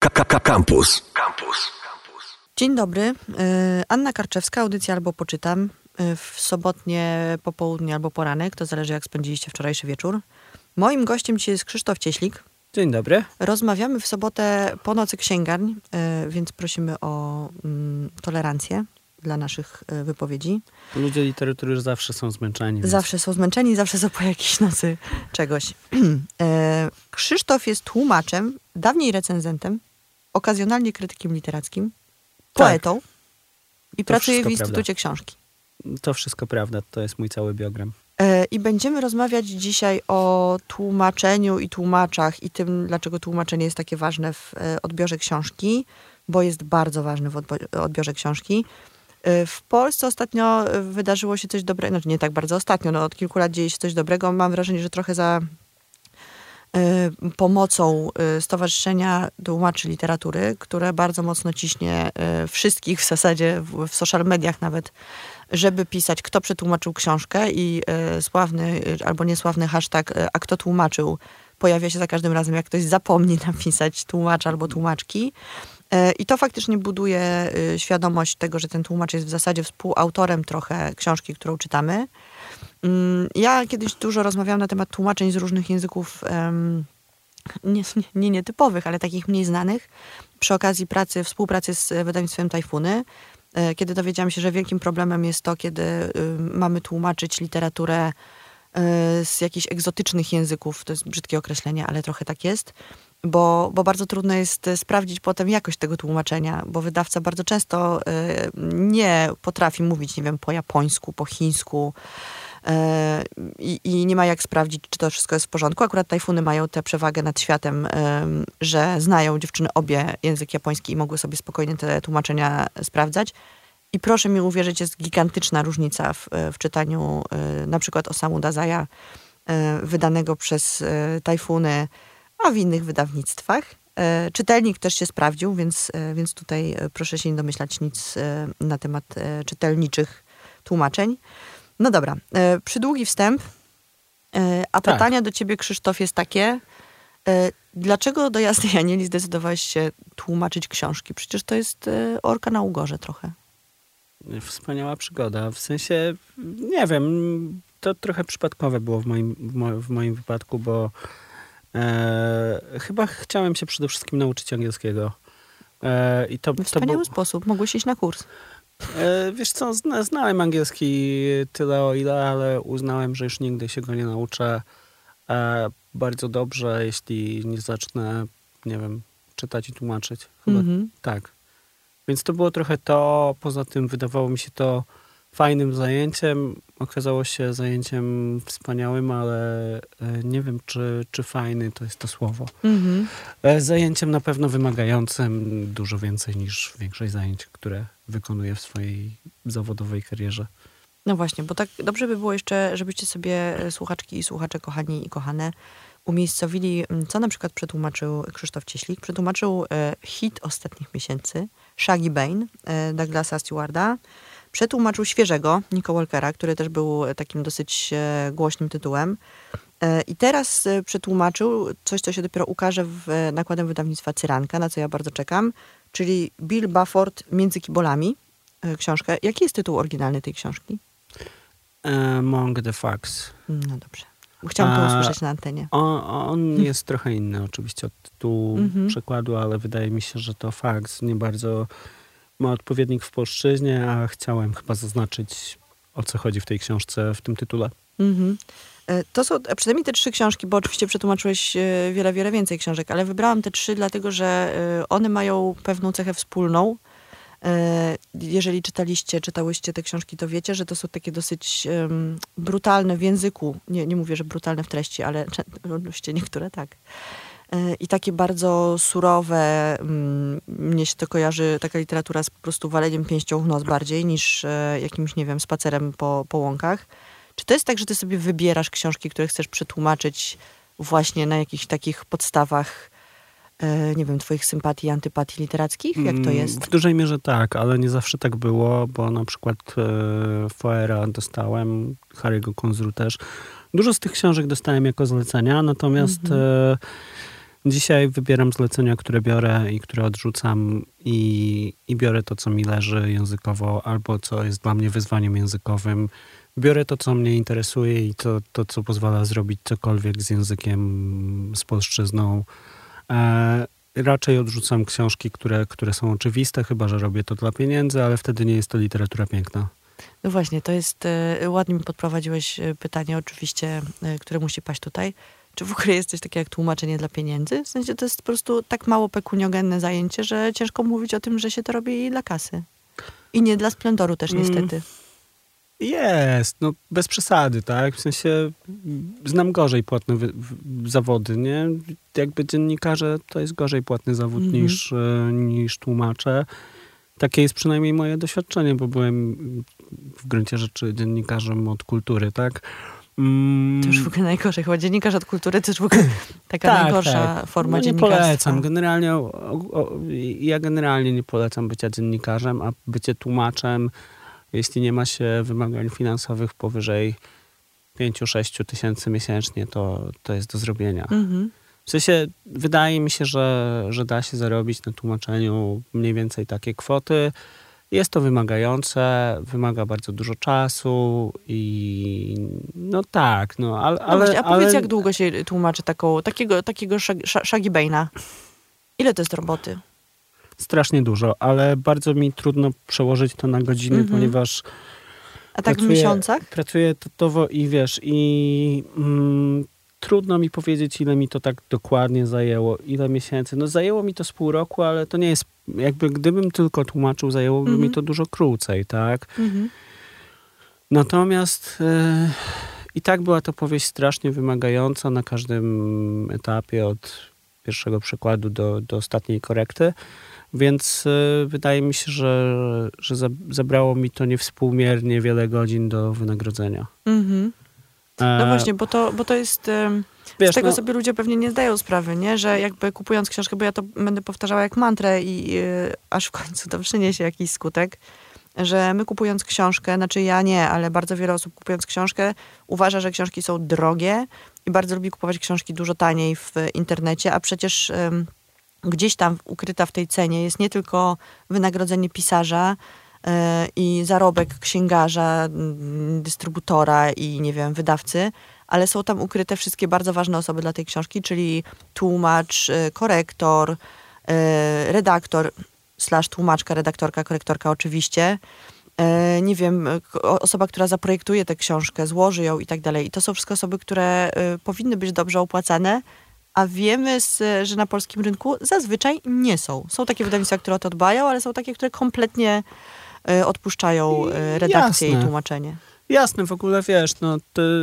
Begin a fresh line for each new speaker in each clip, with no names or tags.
Campus.
Dzień dobry. Anna Karczewska, audycja Albo Poczytam. W sobotnie popołudnie albo poranek, to zależy jak spędziliście wczorajszy wieczór. Moim gościem dzisiaj jest Krzysztof Cieślik.
Dzień dobry.
Rozmawiamy w sobotę po nocy księgarni, więc prosimy o tolerancję dla naszych wypowiedzi.
Ludzie literatury już zawsze są zmęczeni.
Zawsze są zmęczeni, zawsze są po jakiejś nocy czegoś. Krzysztof jest tłumaczem, dawniej recenzentem, okazjonalnie krytykiem literackim, poetą i pracuje w Instytucie Książki.
To wszystko prawda, to jest mój cały biogram.
I będziemy rozmawiać dzisiaj o tłumaczeniu i tłumaczach i tym, dlaczego tłumaczenie jest takie ważne w odbiorze książki, bo jest bardzo ważne w odbiorze książki. W Polsce ostatnio wydarzyło się coś dobrego, znaczy nie tak bardzo ostatnio, od kilku lat dzieje się coś dobrego. Mam wrażenie, że trochę za pomocą Stowarzyszenia Tłumaczy Literatury, które bardzo mocno ciśnie wszystkich w zasadzie, w social mediach nawet, żeby pisać, kto przetłumaczył książkę i sławny albo niesławny hashtag, a kto tłumaczył, pojawia się za każdym razem, jak ktoś zapomni napisać tłumacz albo tłumaczki. I to faktycznie buduje świadomość tego, że ten tłumacz jest w zasadzie współautorem trochę książki, którą czytamy. Ja kiedyś dużo rozmawiałam na temat tłumaczeń z różnych języków nietypowych, ale takich mniej znanych, przy okazji współpracy z wydawnictwem Tajfuny, kiedy dowiedziałam się, że wielkim problemem jest to, kiedy mamy tłumaczyć literaturę z jakichś egzotycznych języków. To jest brzydkie określenie, ale trochę tak jest. Bo bardzo trudno jest sprawdzić potem jakość tego tłumaczenia, bo wydawca bardzo często nie potrafi mówić, nie wiem, po japońsku, po chińsku i nie ma jak sprawdzić, czy to wszystko jest w porządku. Akurat Tajfuny mają tę przewagę nad światem, że znają dziewczyny obie język japoński i mogły sobie spokojnie te tłumaczenia sprawdzać. I proszę mi uwierzyć, jest gigantyczna różnica w czytaniu na przykład Osamu Dazaya, wydanego przez Tajfuny, a w innych wydawnictwach. Czytelnik też się sprawdził, więc tutaj proszę się nie domyślać nic na temat czytelniczych tłumaczeń. No dobra, przydługi wstęp. A
tak.
Pytanie do ciebie, Krzysztof, jest takie. Dlaczego do Jasnej Anieli zdecydowałeś się tłumaczyć książki? Przecież to jest Orka na Ugorze trochę.
Wspaniała przygoda. W sensie, nie wiem, to trochę przypadkowe było w moim wypadku, bo chyba chciałem się przede wszystkim nauczyć angielskiego. I to
Wspaniały sposób. Mogłeś iść na kurs.
Wiesz co, znałem angielski tyle o ile, ale uznałem, że już nigdy się go nie nauczę bardzo dobrze, jeśli nie zacznę, nie wiem, czytać i tłumaczyć. Chyba tak. Więc to było trochę to. Poza tym wydawało mi się to fajnym zajęciem. Okazało się zajęciem wspaniałym, ale nie wiem, czy fajny to jest to słowo. Zajęciem na pewno wymagającym dużo więcej niż większość zajęć, które wykonuję w swojej zawodowej karierze.
No właśnie, bo tak dobrze by było jeszcze, żebyście sobie słuchaczki i słuchacze, kochani i kochane, umiejscowili, co na przykład przetłumaczył Krzysztof Cieślik. Przetłumaczył hit ostatnich miesięcy, Shaggy Bane, Douglasa Stewarda. Przetłumaczył świeżego Nicka Walkera, który też był takim dosyć głośnym tytułem. I teraz przetłumaczył coś, co się dopiero ukaże nakładem wydawnictwa Cyranka, na co ja bardzo czekam, czyli Bill Bafford Między kibolami, książkę. Jaki jest tytuł oryginalny tej książki?
Among the Facts.
No dobrze. Chciałam to usłyszeć na antenie.
On jest trochę inny oczywiście od tytułu przekładu, ale wydaje mi się, że to Facts nie bardzo ma odpowiednik w polszczyźnie, a chciałem chyba zaznaczyć, o co chodzi w tej książce, w tym tytule.
To są przynajmniej te 3 książki, bo oczywiście przetłumaczyłeś wiele, wiele więcej książek, ale wybrałam te 3 dlatego, że one mają pewną cechę wspólną. Jeżeli czytałyście te książki, to wiecie, że to są takie dosyć brutalne w języku. Nie mówię, że brutalne w treści, ale oczywiście niektóre tak. I takie bardzo surowe, mnie się to kojarzy, taka literatura z po prostu waleniem pięścią w nos bardziej niż jakimś, nie wiem, spacerem po łąkach. Czy to jest tak, że ty sobie wybierasz książki, które chcesz przetłumaczyć właśnie na jakichś takich podstawach, nie wiem, twoich sympatii i antypatii literackich? Jak to jest?
W dużej mierze tak, ale nie zawsze tak było, bo na przykład Foera dostałem, Harry'ego Konzru też. Dużo z tych książek dostałem jako zlecenia, natomiast Dzisiaj wybieram zlecenia, które biorę i które odrzucam i biorę to, co mi leży językowo albo co jest dla mnie wyzwaniem językowym. Biorę to, co mnie interesuje i to co pozwala zrobić cokolwiek z językiem, z polszczyzną. Raczej odrzucam książki, które są oczywiste, chyba że robię to dla pieniędzy, ale wtedy nie jest to literatura piękna.
No właśnie, to jest, ładnie mi podprowadziłeś pytanie oczywiście, które musi paść tutaj. Czy w ogóle jest coś takiego jak tłumaczenie dla pieniędzy? W sensie to jest po prostu tak mało pekuniogenne zajęcie, że ciężko mówić o tym, że się to robi dla kasy. I nie dla splendoru też niestety.
Jest, no bez przesady, tak? W sensie znam gorzej płatne zawody, nie? Jakby dziennikarze to jest gorzej płatny zawód niż tłumacze. Takie jest przynajmniej moje doświadczenie, bo byłem w gruncie rzeczy dziennikarzem od kultury, tak?
To już w ogóle najgorzej. Chyba dziennikarz od kultury to już w ogóle taka najgorsza forma dziennikarstwa.
Nie polecam. Generalnie, ja generalnie nie polecam bycia dziennikarzem, a bycie tłumaczem, jeśli nie ma się wymagań finansowych powyżej 5-6 tysięcy miesięcznie, to jest do zrobienia. W sensie wydaje mi się, że da się zarobić na tłumaczeniu mniej więcej takie kwoty. Jest to wymagające, wymaga bardzo dużo czasu i no tak, no ale...
No właśnie, a powiedz, jak długo się tłumaczy takiego Shaggy Bane'a? Ile to jest roboty?
Strasznie dużo, ale bardzo mi trudno przełożyć to na godziny, ponieważ...
A tak w miesiącach?
Pracuję etatowo i wiesz, trudno mi powiedzieć, ile mi to tak dokładnie zajęło, ile miesięcy. No zajęło mi to z pół roku, ale to nie jest, jakby gdybym tylko tłumaczył, zajęłoby mi to dużo krócej, tak? Natomiast i tak była to powieść strasznie wymagająca na każdym etapie, od pierwszego przekładu do ostatniej korekty, więc wydaje mi się, że zabrało mi to niewspółmiernie wiele godzin do wynagrodzenia.
No właśnie, bo to jest... Wiesz, z tego sobie ludzie pewnie nie zdają sprawy, nie? Że jakby kupując książkę, bo ja to będę powtarzała jak mantrę i aż w końcu to przyniesie jakiś skutek, że my kupując książkę, znaczy ja nie, ale bardzo wiele osób kupując książkę uważa, że książki są drogie i bardzo lubi kupować książki dużo taniej w internecie, a przecież gdzieś tam ukryta w tej cenie jest nie tylko wynagrodzenie pisarza i zarobek księgarza, dystrybutora i nie wiem, wydawcy, ale są tam ukryte wszystkie bardzo ważne osoby dla tej książki, czyli tłumacz, korektor, redaktor / tłumaczka, redaktorka, korektorka oczywiście, nie wiem, osoba, która zaprojektuje tę książkę, złoży ją i tak dalej. I to są wszystko osoby, które powinny być dobrze opłacane, a wiemy, że na polskim rynku zazwyczaj nie są. Są takie wydawnictwa, które o to dbają, ale są takie, które kompletnie odpuszczają redakcję i tłumaczenie.
Jasne, w ogóle wiesz, no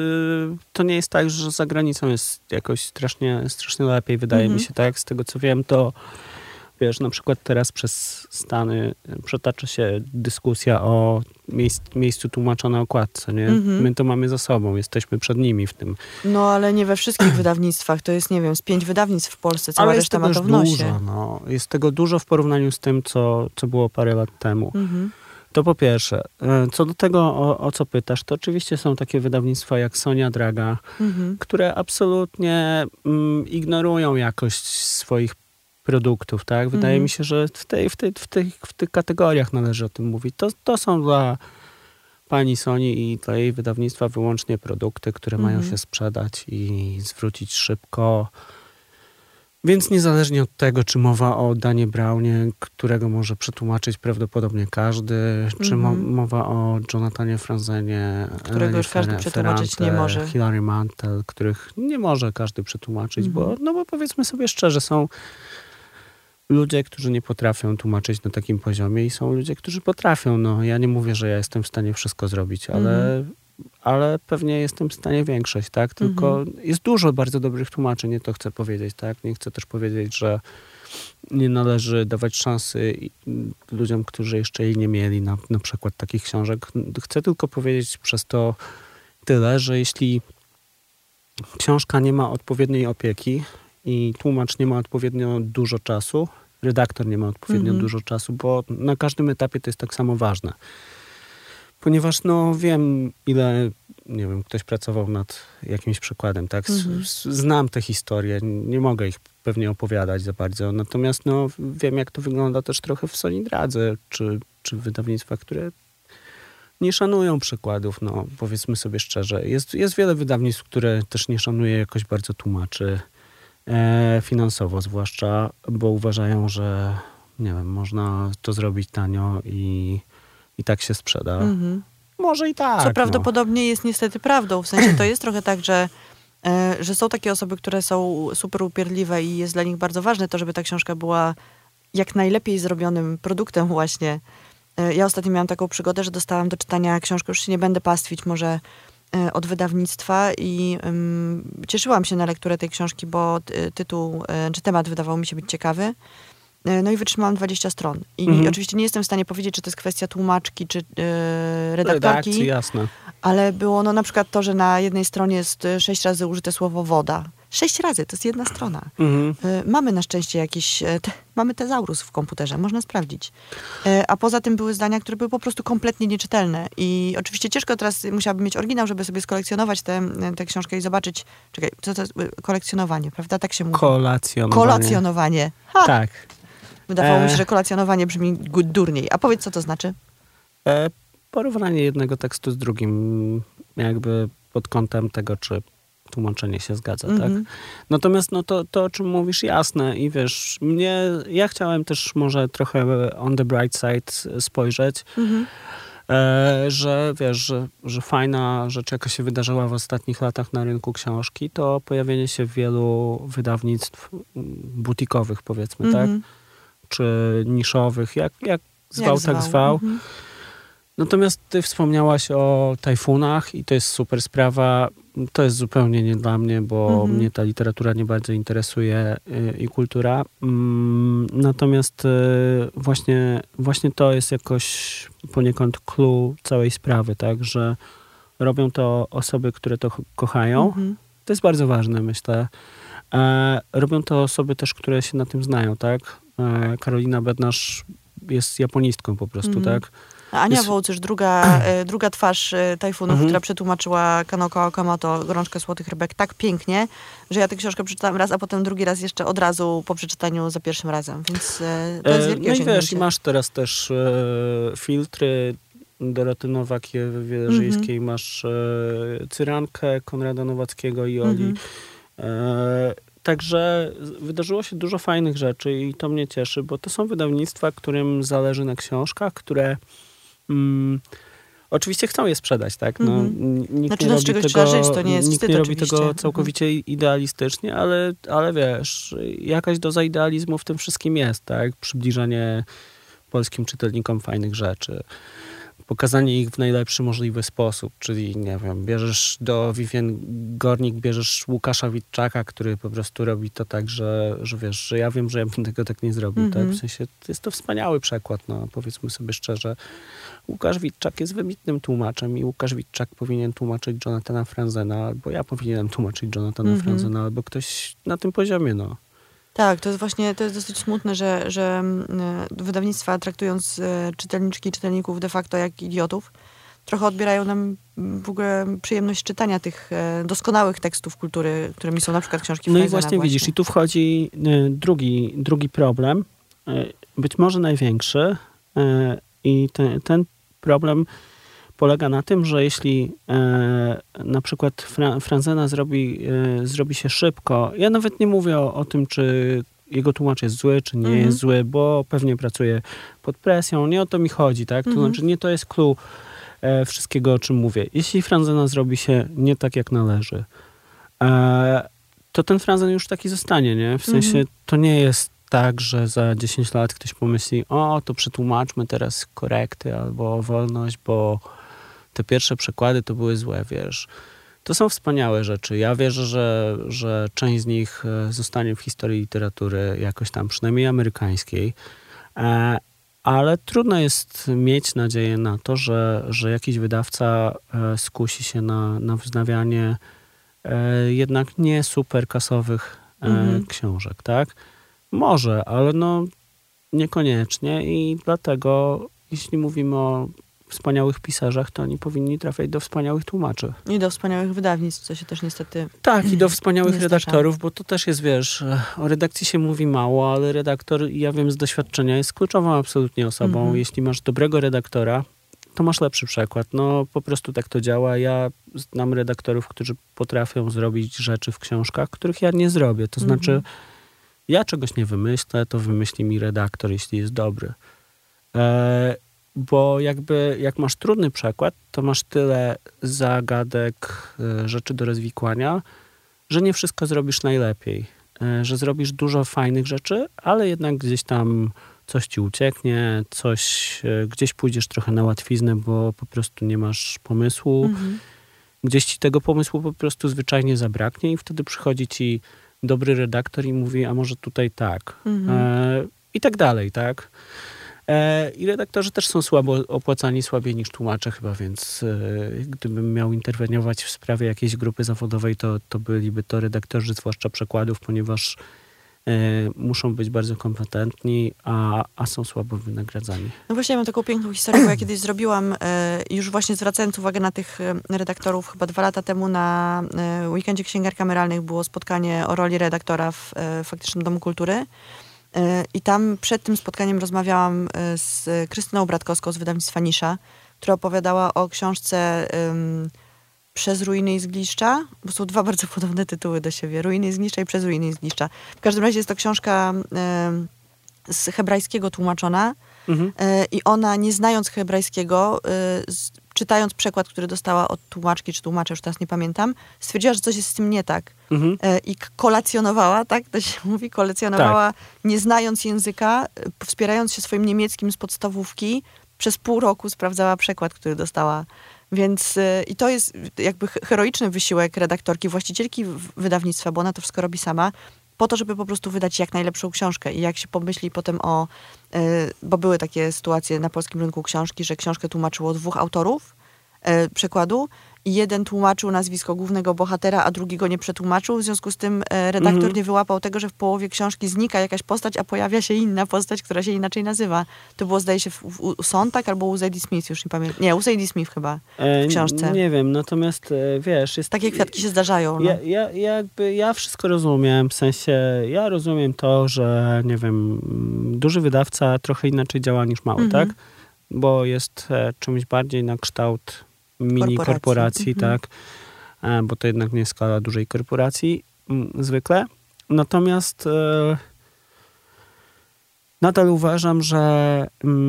to nie jest tak, że za granicą jest jakoś strasznie lepiej, wydaje mi się, tak? Z tego co wiem, to wiesz, na przykład teraz przez Stany przetacza się dyskusja o miejscu tłumacza na okładce, nie? My to mamy za sobą, jesteśmy przed nimi w tym.
No, ale nie we wszystkich wydawnictwach. To jest, nie wiem, z 5 wydawnictw w Polsce, cała reszta ma to w nosie.
Dużo, no. Jest tego dużo w porównaniu z tym, co było parę lat temu. To po pierwsze. Co do tego, o co pytasz, to oczywiście są takie wydawnictwa jak Sonia Draga, które absolutnie ignorują jakość swoich produktów, tak? Wydaje mi się, że w tych kategoriach należy o tym mówić. To są dla pani Soni i dla jej wydawnictwa wyłącznie produkty, które mają się sprzedać i zwrócić szybko. Więc niezależnie od tego, czy mowa o Danie Brownie, którego może przetłumaczyć prawdopodobnie każdy, czy mowa o Jonathanie Franzenie,
którego już każdy przetłumaczyć nie może.
Hilary Mantel, których nie może każdy przetłumaczyć, bo powiedzmy sobie szczerze, są ludzie, którzy nie potrafią tłumaczyć na takim poziomie i są ludzie, którzy potrafią. No, ja nie mówię, że ja jestem w stanie wszystko zrobić, ale pewnie jestem w stanie większość, tak? Tylko jest dużo bardzo dobrych tłumaczy, nie to chcę powiedzieć, tak? Nie chcę też powiedzieć, że nie należy dawać szansy ludziom, którzy jeszcze jej nie mieli na przykład takich książek. Chcę tylko powiedzieć przez to tyle, że jeśli książka nie ma odpowiedniej opieki i tłumacz nie ma odpowiednio dużo czasu, redaktor nie ma odpowiednio dużo czasu, bo na każdym etapie to jest tak samo ważne. ponieważ no wiem, ile, nie wiem, ktoś pracował nad jakimś przykładem, tak? Znam te historie, nie mogę ich pewnie opowiadać za bardzo, natomiast no wiem, jak to wygląda też trochę w Solidradze, czy wydawnictwa, które nie szanują przykładów, no powiedzmy sobie szczerze. Jest wiele wydawnictw, które też nie szanuje jakoś bardzo tłumaczy, finansowo zwłaszcza, bo uważają, że nie wiem, można to zrobić tanio i tak się sprzeda. Może i tak.
Co prawdopodobnie jest niestety prawdą. W sensie to jest trochę tak, że są takie osoby, które są super upierdliwe i jest dla nich bardzo ważne to, żeby ta książka była jak najlepiej zrobionym produktem właśnie. Ja ostatnio miałam taką przygodę, że dostałam do czytania książkę, już się nie będę pastwić może od wydawnictwa i cieszyłam się na lekturę tej książki, bo tytuł czy temat wydawał mi się być ciekawy. No i wytrzymałam 20 stron. I oczywiście nie jestem w stanie powiedzieć, czy to jest kwestia tłumaczki, czy redaktorki.
Redakcji, jasne.
Ale było no na przykład to, że na jednej stronie jest 6 razy użyte słowo woda. 6 razy, to jest jedna strona. Mamy na szczęście jakiś, mamy tezaurus w komputerze, można sprawdzić. A poza tym były zdania, które były po prostu kompletnie nieczytelne. I oczywiście ciężko teraz, musiałabym mieć oryginał, żeby sobie skolekcjonować tę książkę i zobaczyć, czekaj, co to jest kolekcjonowanie, prawda? Tak się mówi. Kolacjonowanie. Ha!
Tak.
Wydawało mi się, że kolacjonowanie brzmi durniej. A powiedz, co to znaczy?
Porównanie jednego tekstu z drugim, jakby pod kątem tego, czy tłumaczenie się zgadza, tak? Natomiast no to, o czym mówisz, jasne. I wiesz, ja chciałem też może trochę on the bright side spojrzeć, że wiesz, że fajna rzecz, jaka się wydarzyła w ostatnich latach na rynku książki, to pojawienie się wielu wydawnictw butikowych, powiedzmy, tak? Czy niszowych, jak zwał, tak zwał. Natomiast ty wspomniałaś o tajfunach i to jest super sprawa. To jest zupełnie nie dla mnie, bo mnie ta literatura nie bardzo interesuje i kultura. Natomiast właśnie to jest jakoś poniekąd clue całej sprawy, tak, że robią to osoby, które to kochają. To jest bardzo ważne, myślę. Robią to osoby też, które się na tym znają, tak? Karolina Bednarz jest japonistką po prostu, tak?
A Ania Wołcysz, druga twarz Tajfunów, która przetłumaczyła Kanoko Okamoto, Gorączkę Złotych Rybek, tak pięknie, że ja tę książkę przeczytałam raz, a potem drugi raz jeszcze od razu po przeczytaniu za pierwszym razem. Więc to jest wielkie osiągnięcie.
No i wiesz, i masz teraz też filtry Doroty Nowak-Wielerzyńskiej, masz Cyrankę Konrada Nowackiego i Oli. Także wydarzyło się dużo fajnych rzeczy i to mnie cieszy, bo to są wydawnictwa, którym zależy na książkach, które oczywiście chcą je sprzedać, tak? No, nikt nie robi tego,
żyć, to nie jest
nikt
wstyd,
nie robi
oczywiście.
tego całkowicie idealistycznie, ale wiesz, jakaś doza idealizmu w tym wszystkim jest, tak? Przybliżanie polskim czytelnikom fajnych rzeczy. Pokazanie ich w najlepszy możliwy sposób, czyli nie wiem, bierzesz do Vivien Gornik, bierzesz Łukasza Witczaka, który po prostu robi to tak, że wiesz, że ja wiem, że ja bym tego tak nie zrobił, tak? W sensie jest to wspaniały przekład, no powiedzmy sobie szczerze. Łukasz Witczak jest wybitnym tłumaczem i Łukasz Witczak powinien tłumaczyć Jonathana Franzena, albo ja powinienem tłumaczyć Jonathana Franzena, albo ktoś na tym poziomie, no.
Tak, to jest dosyć smutne, że wydawnictwa, traktując czytelniczki i czytelników de facto jak idiotów, trochę odbierają nam w ogóle przyjemność czytania tych doskonałych tekstów kultury, którymi są na przykład książki Frezena.
No i właśnie widzisz, i tu wchodzi drugi problem, być może największy, i ten problem polega na tym, że jeśli na przykład Franzena zrobi się szybko, ja nawet nie mówię o tym, czy jego tłumacz jest zły, czy nie jest zły, bo pewnie pracuje pod presją, nie o to mi chodzi, tak? To znaczy nie to jest clue wszystkiego, o czym mówię. Jeśli Franzena zrobi się nie tak, jak należy, to ten Franzen już taki zostanie, nie? W sensie to nie jest tak, że za 10 lat ktoś pomyśli, to przetłumaczmy teraz korekty albo wolność, bo te pierwsze przekłady to były złe, wiesz. To są wspaniałe rzeczy. Ja wierzę, że część z nich zostanie w historii literatury jakoś tam, przynajmniej amerykańskiej. Ale trudno jest mieć nadzieję na to, że jakiś wydawca skusi się na wznawianie jednak nie super kasowych książek, tak? Może, ale no niekoniecznie i dlatego jeśli mówimy o wspaniałych pisarzach, to oni powinni trafiać do wspaniałych tłumaczy.
I do wspaniałych wydawnictw, co się też niestety...
Tak, i do wspaniałych
nie
redaktorów, bo to też jest, wiesz, o redakcji się mówi mało, ale redaktor, ja wiem z doświadczenia, jest kluczową absolutnie osobą. Jeśli masz dobrego redaktora, to masz lepszy przekład. No po prostu tak to działa. Ja znam redaktorów, którzy potrafią zrobić rzeczy w książkach, których ja nie zrobię. To znaczy, ja czegoś nie wymyślę, to wymyśli mi redaktor, jeśli jest dobry. Bo jakby jak masz trudny przekład, to masz tyle zagadek, rzeczy do rozwikłania, że nie wszystko zrobisz najlepiej. Że zrobisz dużo fajnych rzeczy, ale jednak gdzieś tam coś ci ucieknie, gdzieś pójdziesz trochę na łatwiznę, bo po prostu nie masz pomysłu. Gdzieś ci tego pomysłu po prostu zwyczajnie zabraknie i wtedy przychodzi ci dobry redaktor i mówi, a może tutaj tak. I tak dalej, tak? I redaktorzy też są słabo opłacani, słabiej niż tłumacze chyba, więc gdybym miał interweniować w sprawie jakiejś grupy zawodowej, to byliby to redaktorzy, zwłaszcza przekładów, ponieważ muszą być bardzo kompetentni, a są słabo wynagradzani.
No właśnie, ja mam taką piękną historię, bo ja kiedyś zrobiłam, już właśnie zwracając uwagę na tych redaktorów, chyba 2 lata temu na Weekendzie Księgar Kameralnych było spotkanie o roli redaktora w Faktycznym Domu Kultury. I tam przed tym spotkaniem rozmawiałam z Krystyną Bratkowską z wydawnictwa Nisza, która opowiadała o książce Przez ruiny i zgliszcza, bo są 2 bardzo podobne tytuły do siebie. Ruiny i zgliszcza i Przez ruiny i zgliszcza. W każdym razie jest to książka z hebrajskiego tłumaczona i ona, nie znając hebrajskiego, czytając przekład, który dostała od tłumaczki czy tłumacza, już teraz nie pamiętam, stwierdziła, że coś jest z tym nie tak. I kolacjonowała, tak to się mówi, kolekcjonowała, nie znając języka, wspierając się swoim niemieckim z podstawówki, przez pół roku sprawdzała przekład, który dostała. Więc i to jest jakby heroiczny wysiłek redaktorki, właścicielki wydawnictwa, bo ona to wszystko robi sama, po to, żeby po prostu wydać jak najlepszą książkę. I jak się pomyśli potem bo były takie sytuacje na polskim rynku książki, że książkę tłumaczyło 2 autorów przekładu i jeden tłumaczył nazwisko głównego bohatera, a drugi go nie przetłumaczył. W związku z tym redaktor nie wyłapał tego, że w połowie książki znika jakaś postać, a pojawia się inna postać, która się inaczej nazywa. To było, zdaje się, u Sontag albo u Zadie Smith, już nie pamiętam. Nie, u Zadie Smith chyba w książce.
Nie wiem, natomiast wiesz...
Takie kwiatki się zdarzają. No.
Ja wszystko rozumiem, w sensie ja rozumiem to, że nie wiem, duży wydawca trochę inaczej działa niż mały, tak? Bo jest czymś bardziej na kształt mini korporacji, tak? Bo to jednak nie jest skala dużej korporacji zwykle. Natomiast nadal uważam, że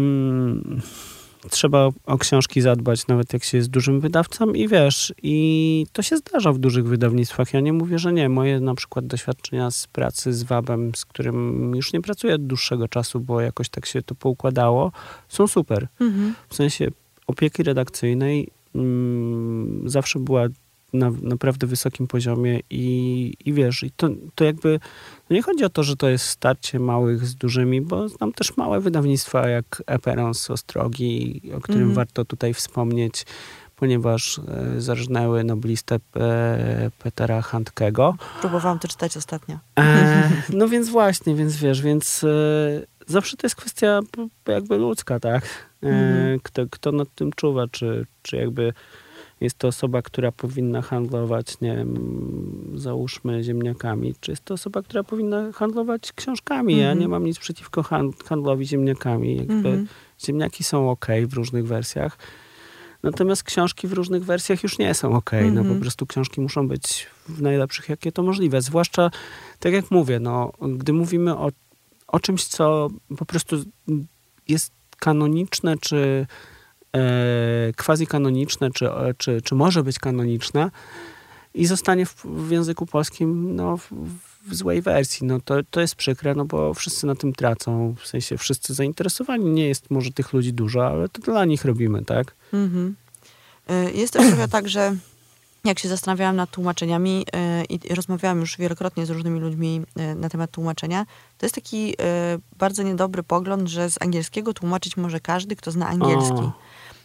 trzeba o książki zadbać, nawet jak się jest dużym wydawcą i wiesz, i to się zdarza w dużych wydawnictwach. Ja nie mówię, że nie. Moje na przykład doświadczenia z pracy z WAB-em, z którym już nie pracuję od dłuższego czasu, bo jakoś tak się to poukładało, są super. W sensie opieki redakcyjnej zawsze była na naprawdę wysokim poziomie i wiesz, i to jakby nie chodzi o to, że to jest starcie małych z dużymi, bo znam też małe wydawnictwa jak Eperons z Ostrogi, o którym warto tutaj wspomnieć, ponieważ zarżnęły noblistę Petera Handkego.
Próbowałam to czytać ostatnio.
No więc właśnie, więc wiesz, zawsze to jest kwestia jakby ludzka, tak? Kto nad tym czuwa, czy jakby jest to osoba, która powinna handlować, nie wiem, załóżmy ziemniakami, czy jest to osoba, która powinna handlować książkami. Ja nie mam nic przeciwko handlowi ziemniakami. Jakby ziemniaki są okej w różnych wersjach, natomiast książki w różnych wersjach już nie są okej. No po prostu książki muszą być w najlepszych, jakie to możliwe. Zwłaszcza, tak jak mówię, no, gdy mówimy o czymś, co po prostu jest kanoniczne, czy quasi-kanoniczne, czy może być kanoniczne i zostanie w języku polskim no, w złej wersji. No to jest przykre, no bo wszyscy na tym tracą. W sensie wszyscy zainteresowani. Nie jest może tych ludzi dużo, ale to dla nich robimy, tak?
Jest też trochę tak, że jak się zastanawiałam nad tłumaczeniami i rozmawiałam już wielokrotnie z różnymi ludźmi na temat tłumaczenia, to jest taki bardzo niedobry pogląd, że z angielskiego tłumaczyć może każdy, kto zna angielski.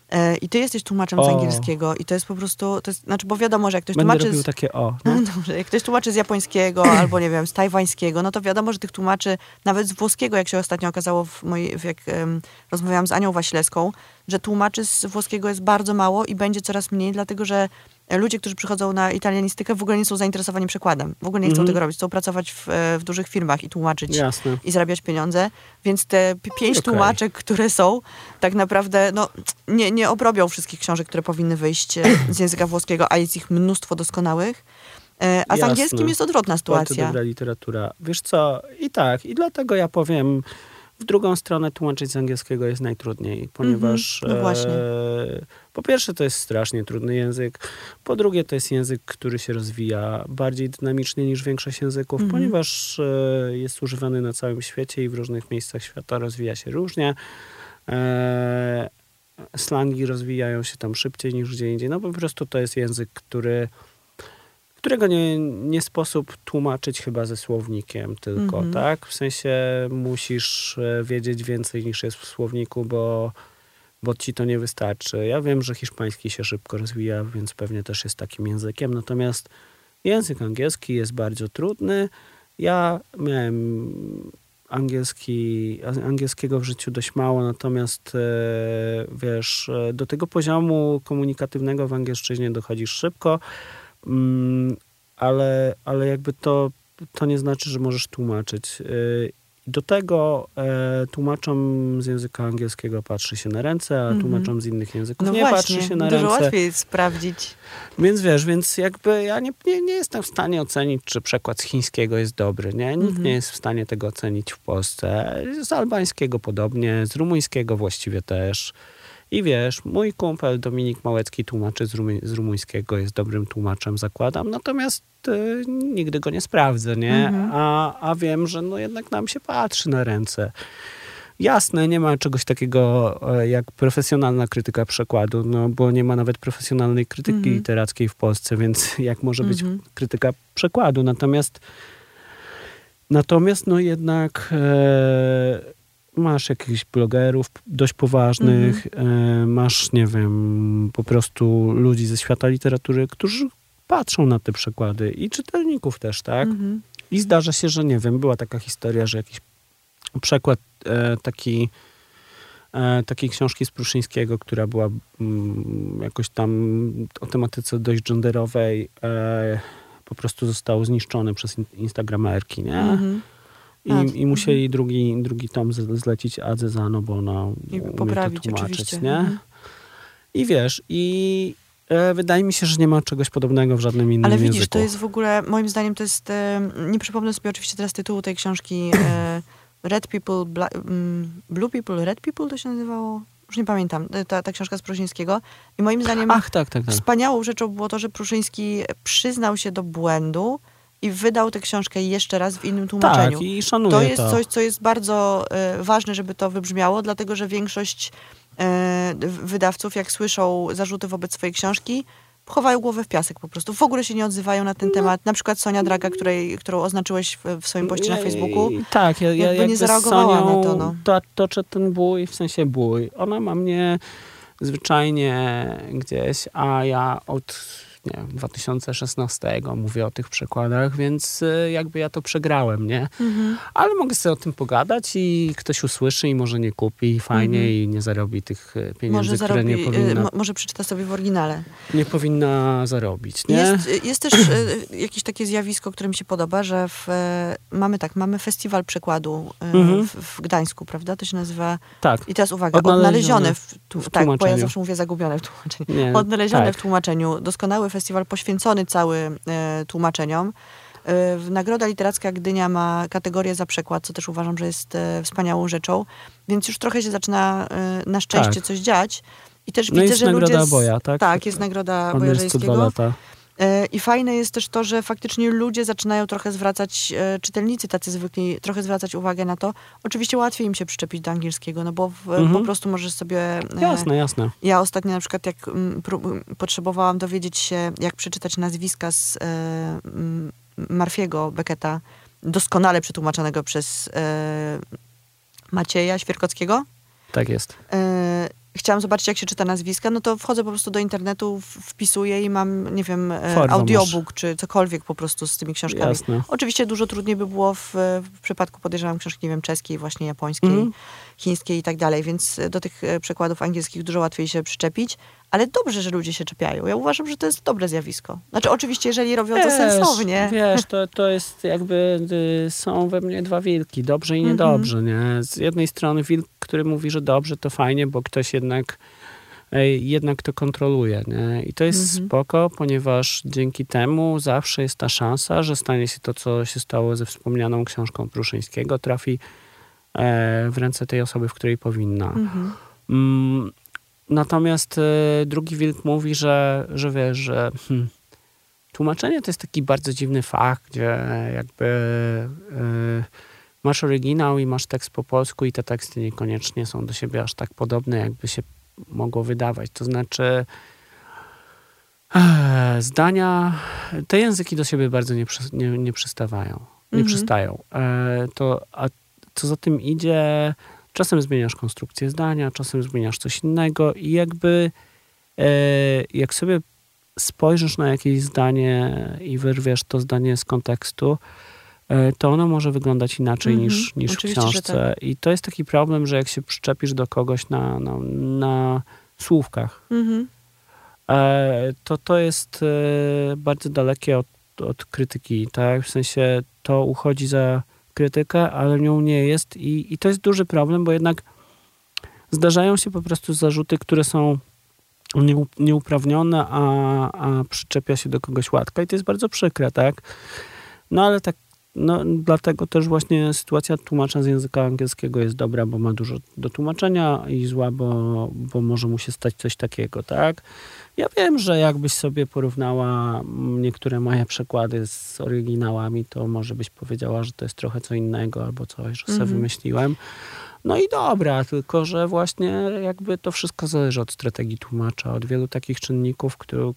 I ty jesteś tłumaczem z angielskiego i to jest po prostu, znaczy, bo wiadomo, że jak ktoś
Będę
tłumaczy...
robił takie o.
No. Dobrze, jak ktoś tłumaczy z japońskiego albo, nie wiem, z tajwańskiego, no to wiadomo, że tych tłumaczy, nawet z włoskiego, jak się ostatnio okazało, jak rozmawiałam z Anią Waślewską, że tłumaczy z włoskiego jest bardzo mało i będzie coraz mniej, dlatego że ludzie, którzy przychodzą na italianistykę, w ogóle nie są zainteresowani przekładem. W ogóle nie chcą tego robić. Chcą pracować w dużych firmach i tłumaczyć.
Jasne.
I zarabiać pieniądze. Więc te 5 tłumaczek, które są, tak naprawdę nie obrobią wszystkich książek, które powinny wyjść z języka włoskiego, a jest ich mnóstwo doskonałych. A z angielskim jest odwrotna sytuacja.
Bardzo dobra literatura. Wiesz co, i dlatego ja powiem, w drugą stronę tłumaczyć z angielskiego jest najtrudniej, ponieważ
no właśnie.
Po pierwsze to jest strasznie trudny język, po drugie to jest język, który się rozwija bardziej dynamicznie niż większość języków, ponieważ jest używany na całym świecie i w różnych miejscach świata rozwija się różnie. Slangi rozwijają się tam szybciej niż gdzie indziej. No po prostu to jest język, którego nie sposób tłumaczyć chyba ze słownikiem tylko, tak? W sensie musisz wiedzieć więcej niż jest w słowniku, bo ci to nie wystarczy. Ja wiem, że hiszpański się szybko rozwija, więc pewnie też jest takim językiem. Natomiast język angielski jest bardzo trudny. Ja miałem angielskiego w życiu dość mało, natomiast wiesz, do tego poziomu komunikatywnego w angielszczyźnie dochodzisz szybko, ale jakby to nie znaczy, że możesz tłumaczyć. Do tego tłumaczom z języka angielskiego patrzy się na ręce, a tłumaczom z innych języków nie patrzy się na ręce.
Dużo łatwiej jest sprawdzić.
Więc wiesz, jakby ja nie jestem w stanie ocenić, czy przekład z chińskiego jest dobry, nie? Nikt nie jest w stanie tego ocenić w Polsce. Z albańskiego podobnie, z rumuńskiego właściwie też. I wiesz, mój kumpel Dominik Małecki tłumaczy z rumuńskiego, jest dobrym tłumaczem, zakładam, natomiast nigdy go nie sprawdzę, nie? A wiem, że jednak nam się patrzy na ręce. Jasne, nie ma czegoś takiego jak profesjonalna krytyka przekładu, bo nie ma nawet profesjonalnej krytyki literackiej w Polsce, więc jak może być krytyka przekładu? Natomiast jednak... masz jakichś blogerów dość poważnych, masz, nie wiem, po prostu ludzi ze świata literatury, którzy patrzą na te przekłady i czytelników też, tak? I zdarza się, że nie wiem, była taka historia, że jakiś przekład takiej książki z Pruszyńskiego, która była jakoś tam o tematyce dość genderowej, po prostu został zniszczony przez instagramerki, nie? I musieli drugi tom zlecić Adze Zano, bo ona umie to tłumaczyć, nie? I wiesz, wydaje mi się, że nie ma czegoś podobnego w żadnym innym języku.
Ale widzisz, to jest w ogóle, moim zdaniem to jest, nie przypomnę sobie oczywiście teraz tytułu tej książki, Red People, Blue People, Red People to się nazywało? Już nie pamiętam, ta książka z Pruszyńskiego. I moim zdaniem
tak.
Wspaniałą rzeczą było to, że Pruszyński przyznał się do błędu i wydał tę książkę jeszcze raz w innym tłumaczeniu.
Tak, i szanuję
to. Jest coś, co jest bardzo ważne, żeby to wybrzmiało, dlatego że większość wydawców, jak słyszą zarzuty wobec swojej książki, chowają głowę w piasek po prostu. W ogóle się nie odzywają na ten temat. Na przykład Sonia Draga, którą oznaczyłeś w swoim poście na Facebooku.
Tak, ja
jakby nie zareagowała na to.
Toczę ten bój, w sensie bój. Ona ma mnie zwyczajnie gdzieś, a ja od 2016 mówię o tych przekładach, więc jakby ja to przegrałem, nie? Ale mogę sobie o tym pogadać i ktoś usłyszy i może nie kupi i fajnie i nie zarobi tych pieniędzy, które nie powinna.
Może przeczyta sobie w oryginale.
Nie powinna zarobić, nie?
Jest też jakieś takie zjawisko, które mi się podoba, że mamy festiwal przekładu w Gdańsku, prawda? To się nazywa...
Tak.
I teraz uwaga, odnalezione w tłumaczeniu. Bo ja zawsze mówię zagubione w tłumaczeniu. Odnalezione w tłumaczeniu. Doskonały festiwal poświęcony cały tłumaczeniom. Nagroda Literacka Gdynia ma kategorię za przekład, co też uważam, że jest wspaniałą rzeczą. Więc już trochę się zaczyna na szczęście coś dziać. I też widzę,
jest
że
nagroda Boja, tak?
Tak, jest nagroda
Boja Żeńskiego. I
fajne jest też to, że faktycznie ludzie zaczynają trochę zwracać, czytelnicy tacy zwykli, trochę zwracać uwagę na to. Oczywiście łatwiej im się przyczepić do angielskiego, no bo po prostu możesz sobie...
Jasne.
Ja ostatnio na przykład, jak potrzebowałam dowiedzieć się, jak przeczytać nazwiska z Murphy'ego Becketa, doskonale przetłumaczonego przez Macieja Świerkockiego.
Tak jest.
chciałam zobaczyć, jak się czyta nazwiska, no to wchodzę po prostu do internetu, wpisuję i mam, nie wiem,
Forwę
audiobook,
masz.
czy cokolwiek po prostu z tymi książkami.
Jasne.
Oczywiście dużo trudniej by było w przypadku, podejrzewam, książki, nie wiem, czeskiej, właśnie japońskiej, chińskiej i tak dalej, więc do tych przekładów angielskich dużo łatwiej się przyczepić, ale dobrze, że ludzie się czepiają. Ja uważam, że to jest dobre zjawisko. Znaczy, oczywiście, jeżeli robią to sensownie.
Wiesz, to jest jakby, są we mnie dwa wilki, dobrze i niedobrze, nie? Z jednej strony wilk, który mówi, że dobrze, to fajnie, bo ktoś jednak to kontroluje, nie? I to jest spoko, ponieważ dzięki temu zawsze jest ta szansa, że stanie się to, co się stało ze wspomnianą książką Pruszyńskiego, trafi w ręce tej osoby, w której powinna. Natomiast drugi wilk mówi, że wiesz, że tłumaczenie to jest taki bardzo dziwny fach, gdzie jakby masz oryginał i masz tekst po polsku i te teksty niekoniecznie są do siebie aż tak podobne, jakby się mogło wydawać. To znaczy zdania, te języki do siebie bardzo nie przystawają. Nie przystają. A co za tym idzie, czasem zmieniasz konstrukcję zdania, czasem zmieniasz coś innego i jakby jak sobie spojrzysz na jakieś zdanie i wyrwiesz to zdanie z kontekstu, to ono może wyglądać inaczej niż w książce. Tak. I to jest taki problem, że jak się przyczepisz do kogoś na słówkach, to jest bardzo dalekie od krytyki. Tak? W sensie to uchodzi za krytykę, ale nią nie jest. I to jest duży problem, bo jednak zdarzają się po prostu zarzuty, które są nieuprawnione, a przyczepia się do kogoś łatka i to jest bardzo przykre, tak? No ale tak, no dlatego też właśnie sytuacja tłumacza z języka angielskiego jest dobra, bo ma dużo do tłumaczenia i zła, bo może mu się stać coś takiego, tak? Ja wiem, że jakbyś sobie porównała niektóre moje przekłady z oryginałami, to może byś powiedziała, że to jest trochę co innego albo coś, że sobie wymyśliłem. No i dobra, tylko że właśnie jakby to wszystko zależy od strategii tłumacza, od wielu takich czynników,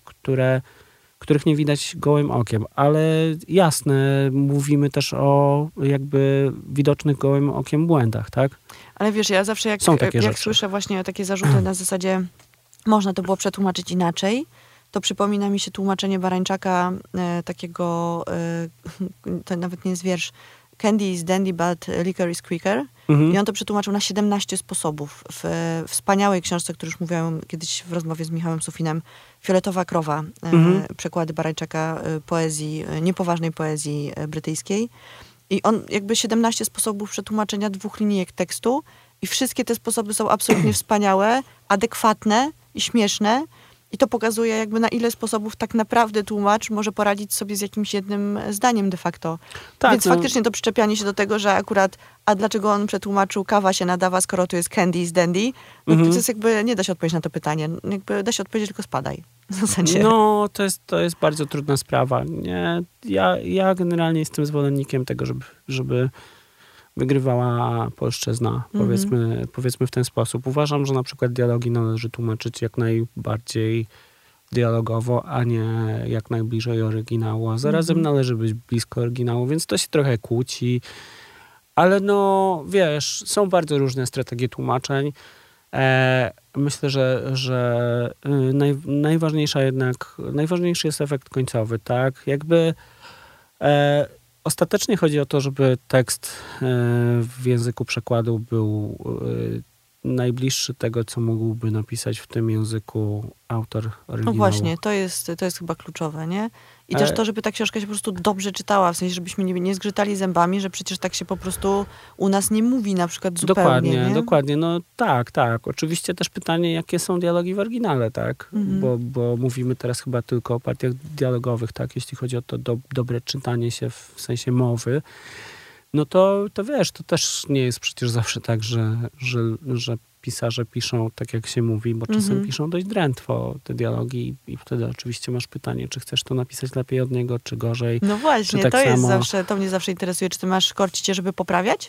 których nie widać gołym okiem. Ale jasne, mówimy też o jakby widocznych gołym okiem błędach, tak?
Ale wiesz, ja zawsze jak słyszę właśnie takie zarzuty na zasadzie można to było przetłumaczyć inaczej, to przypomina mi się tłumaczenie Barańczaka takiego, to nawet nie jest wiersz, Candy is dandy, but liquor is quicker. I on to przetłumaczył na 17 sposobów. W wspaniałej książce, o której już mówiłam kiedyś w rozmowie z Michałem Sufinem, Fioletowa krowa, przekłady Barańczaka poezji, niepoważnej poezji brytyjskiej. I on jakby 17 sposobów przetłumaczenia 2 linijek tekstu i wszystkie te sposoby są absolutnie wspaniałe, adekwatne i śmieszne. I to pokazuje jakby na ile sposobów tak naprawdę tłumacz może poradzić sobie z jakimś jednym zdaniem de facto. Tak, więc faktycznie to przyczepianie się do tego, że akurat, a dlaczego on przetłumaczył kawa się nadawa, skoro to jest candy is dandy, no to jest jakby, nie da się odpowiedzieć na to pytanie. Jakby da się odpowiedzieć, tylko spadaj. W zasadzie.
No, to jest bardzo trudna sprawa. Nie? Ja generalnie jestem zwolennikiem tego, żeby wygrywała polszczyzna, powiedzmy w ten sposób. Uważam, że na przykład dialogi należy tłumaczyć jak najbardziej dialogowo, a nie jak najbliżej oryginału. A zarazem należy być blisko oryginału, więc to się trochę kłóci. Ale no, wiesz, są bardzo różne strategie tłumaczeń. Myślę, że najważniejszy jest efekt końcowy, tak? Jakby ostatecznie chodzi o to, żeby tekst w języku przekładu był najbliższy tego, co mógłby napisać w tym języku autor oryginału.
No właśnie, to jest chyba kluczowe, nie? I też to, żeby ta książka się po prostu dobrze czytała, w sensie, żebyśmy nie zgrzytali zębami, że przecież tak się po prostu u nas nie mówi na przykład zupełnie.
Dokładnie. No tak. Oczywiście też pytanie, jakie są dialogi w oryginale, tak? Bo mówimy teraz chyba tylko o partiach dialogowych, tak? Jeśli chodzi o to dobre czytanie się w sensie mowy. No to wiesz, to też nie jest przecież zawsze tak, że pisarze piszą tak, jak się mówi, bo czasem piszą dość drętwo te dialogi i wtedy oczywiście masz pytanie, czy chcesz to napisać lepiej od niego, czy gorzej.
No właśnie,
tak
to jest
samo.
zawsze, to mnie zawsze interesuje. Czy ty masz korcicie, żeby poprawiać?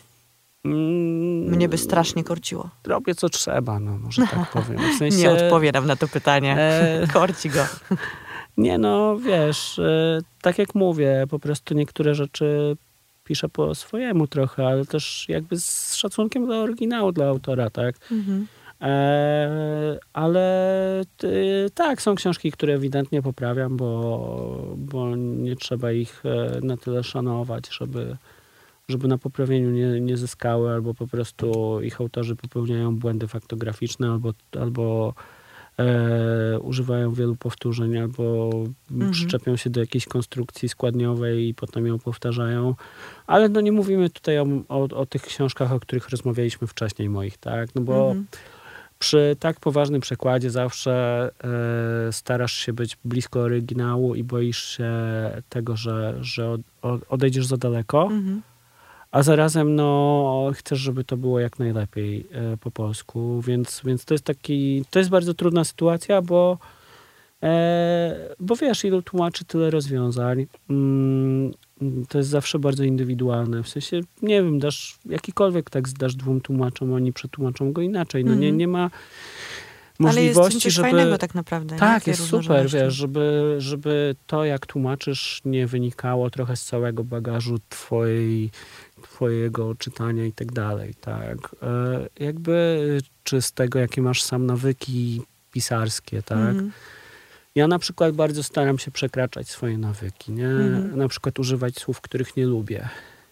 Mnie by strasznie korciło.
Robię co trzeba, no może tak powiem. W sensie,
nie odpowiadam na to pytanie. Korci go.
Nie no, wiesz, tak jak mówię, po prostu niektóre rzeczy piszę po swojemu trochę, ale też jakby z szacunkiem dla oryginału, dla autora, tak? Ale tak, są książki, które ewidentnie poprawiam, bo nie trzeba ich na tyle szanować, żeby na poprawieniu nie zyskały, albo po prostu ich autorzy popełniają błędy faktograficzne, albo używają wielu powtórzeń, albo przyczepią się do jakiejś konstrukcji składniowej i potem ją powtarzają. Ale no nie mówimy tutaj o tych książkach, o których rozmawialiśmy wcześniej moich, tak? No bo przy tak poważnym przekładzie zawsze starasz się być blisko oryginału i boisz się tego, że odejdziesz za daleko. A zarazem chcesz, żeby to było jak najlepiej po polsku, więc to jest bardzo trudna sytuacja, bo wiesz, ilu tłumaczy, tyle rozwiązań. To jest zawsze bardzo indywidualne. W sensie, nie wiem, dasz jakikolwiek tekst dasz 2 tłumaczom, oni przetłumaczą go inaczej. No nie ma możliwości,
ale jest coś fajnego tak naprawdę.
Tak, jest super, wiesz, żeby to, jak tłumaczysz, nie wynikało trochę z całego bagażu twojego czytania i tak dalej, tak. Czy z tego, jakie masz sam nawyki pisarskie, tak. Ja na przykład bardzo staram się przekraczać swoje nawyki, nie? Na przykład używać słów, których nie lubię,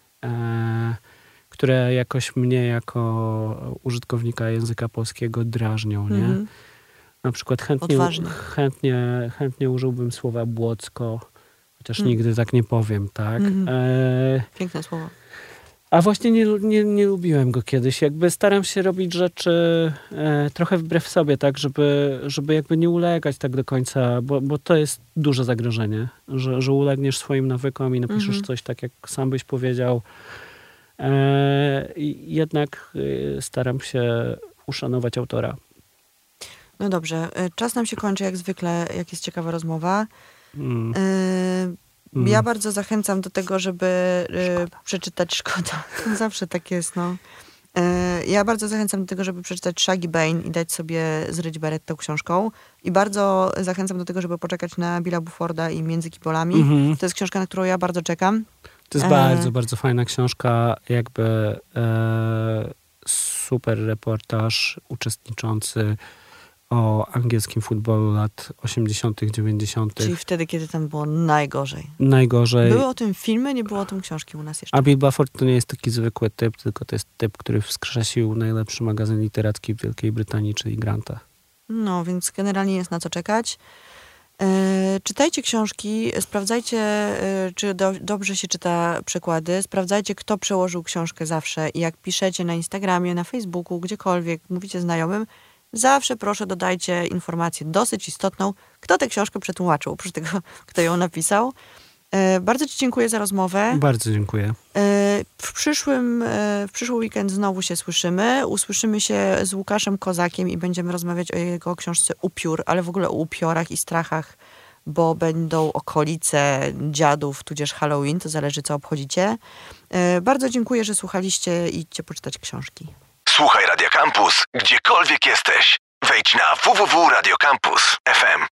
które jakoś mnie jako użytkownika języka polskiego drażnią, nie? Na przykład chętnie użyłbym słowa błocko, chociaż nigdy tak nie powiem, tak?
Piękne słowo.
A właśnie nie lubiłem go kiedyś. Staram się robić rzeczy trochę wbrew sobie, tak, żeby nie ulegać tak do końca, bo to jest duże zagrożenie, że ulegniesz swoim nawykom i napiszesz coś tak, jak sam byś powiedział. Jednak staram się uszanować autora.
No dobrze. Czas nam się kończy, jak zwykle, jak jest ciekawa rozmowa. Ja bardzo zachęcam do tego, żeby przeczytać, szkoda, zawsze tak jest, no. Ja bardzo zachęcam do tego, żeby przeczytać Shaggy Bane i dać sobie zryć beret tą książką. I bardzo zachęcam do tego, żeby poczekać na Billa Bufforda i Między Kibolami. To jest książka, na którą ja bardzo czekam.
To jest bardzo, bardzo fajna książka, super reportaż uczestniczący o angielskim futbolu lat 80., 90.
Czyli wtedy, kiedy tam było najgorzej.
Najgorzej.
Były o tym filmy, nie było o tym książki u nas jeszcze.
A Bill Bufford to nie jest taki zwykły typ, tylko to jest typ, który wskrzesił najlepszy magazyn literacki w Wielkiej Brytanii, czyli Granta.
No, więc generalnie jest na co czekać. Czytajcie książki, sprawdzajcie, czy dobrze się czyta przekłady, sprawdzajcie, kto przełożył książkę zawsze i jak piszecie na Instagramie, na Facebooku, gdziekolwiek, mówicie znajomym, zawsze proszę dodajcie informację dosyć istotną, kto tę książkę przetłumaczył, oprócz tego, kto ją napisał. Bardzo ci dziękuję za rozmowę.
Bardzo dziękuję.
W przyszły weekend znowu się słyszymy. Usłyszymy się z Łukaszem Kozakiem i będziemy rozmawiać o jego książce Upiór, ale w ogóle o upiorach i strachach, bo będą okolice dziadów, tudzież Halloween, to zależy, co obchodzicie. Bardzo dziękuję, że słuchaliście i idźcie poczytać książki.
Słuchaj Radia Campus, gdziekolwiek jesteś. Wejdź na www.radiocampus.fm.